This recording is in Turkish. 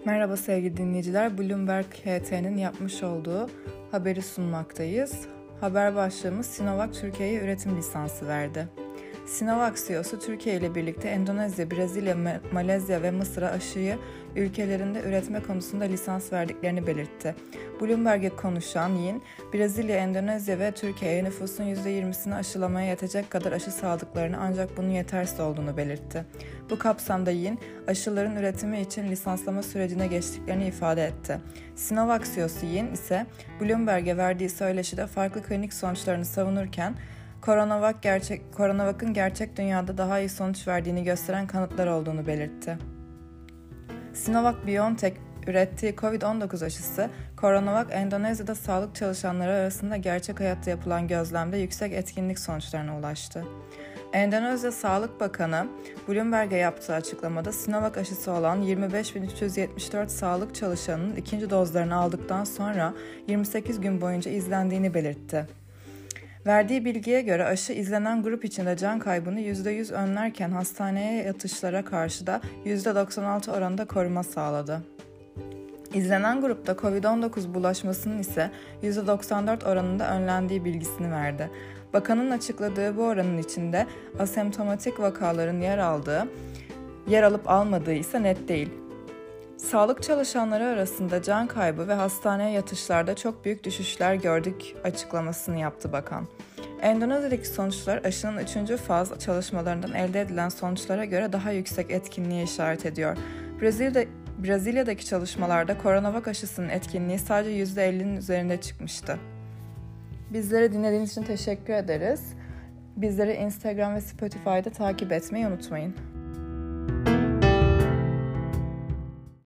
Merhaba sevgili dinleyiciler, Bloomberg HT'nin yapmış olduğu haberi sunmaktayız. Haber başlığımız Sinovac Türkiye'ye üretim lisansı verdi. Sinovac CEO'su Türkiye ile birlikte Endonezya, Brezilya, Malezya ve Mısır'a aşıyı ülkelerinde üretme konusunda lisans verdiklerini belirtti. Bloomberg'e konuşan Yin, Brezilya, Endonezya ve Türkiye'ye nüfusun %20'sini aşılamaya yetecek kadar aşı sağladıklarını ancak bunun yetersiz olduğunu belirtti. Bu kapsamda Yin, aşıların üretimi için lisanslama sürecine geçtiklerini ifade etti. Sinovac CEO'su Yin ise Bloomberg'e verdiği söyleşide farklı klinik sonuçlarını savunurken, Coronavac'ın gerçek dünyada daha iyi sonuç verdiğini gösteren kanıtlar olduğunu belirtti. Sinovac-BioNTech ürettiği COVID-19 aşısı, Coronavac, Endonezya'da sağlık çalışanları arasında gerçek hayatta yapılan gözlemde yüksek etkinlik sonuçlarına ulaştı. Endonezya Sağlık Bakanı, Bloomberg'e yaptığı açıklamada Sinovac aşısı olan 25.374 sağlık çalışanının ikinci dozlarını aldıktan sonra 28 gün boyunca izlendiğini belirtti. Verdiği bilgiye göre aşı izlenen grup içinde can kaybını %100 önlerken hastaneye yatışlara karşı da %96 oranında koruma sağladı. İzlenen grupta COVID-19 bulaşmasının ise %94 oranında önlendiği bilgisini verdi. Bakanın açıkladığı bu oranın içinde asemptomatik vakaların yer alıp almadığı ise net değil. Sağlık çalışanları arasında can kaybı ve hastaneye yatışlarda çok büyük düşüşler gördük açıklamasını yaptı bakan. Endonezya'daki sonuçlar aşının 3. faz çalışmalarından elde edilen sonuçlara göre daha yüksek etkinliğe işaret ediyor. Brezilya'daki çalışmalarda Coronavac aşısının etkinliği sadece %50'nin üzerinde çıkmıştı. Bizleri dinlediğiniz için teşekkür ederiz. Bizleri Instagram ve Spotify'da takip etmeyi unutmayın.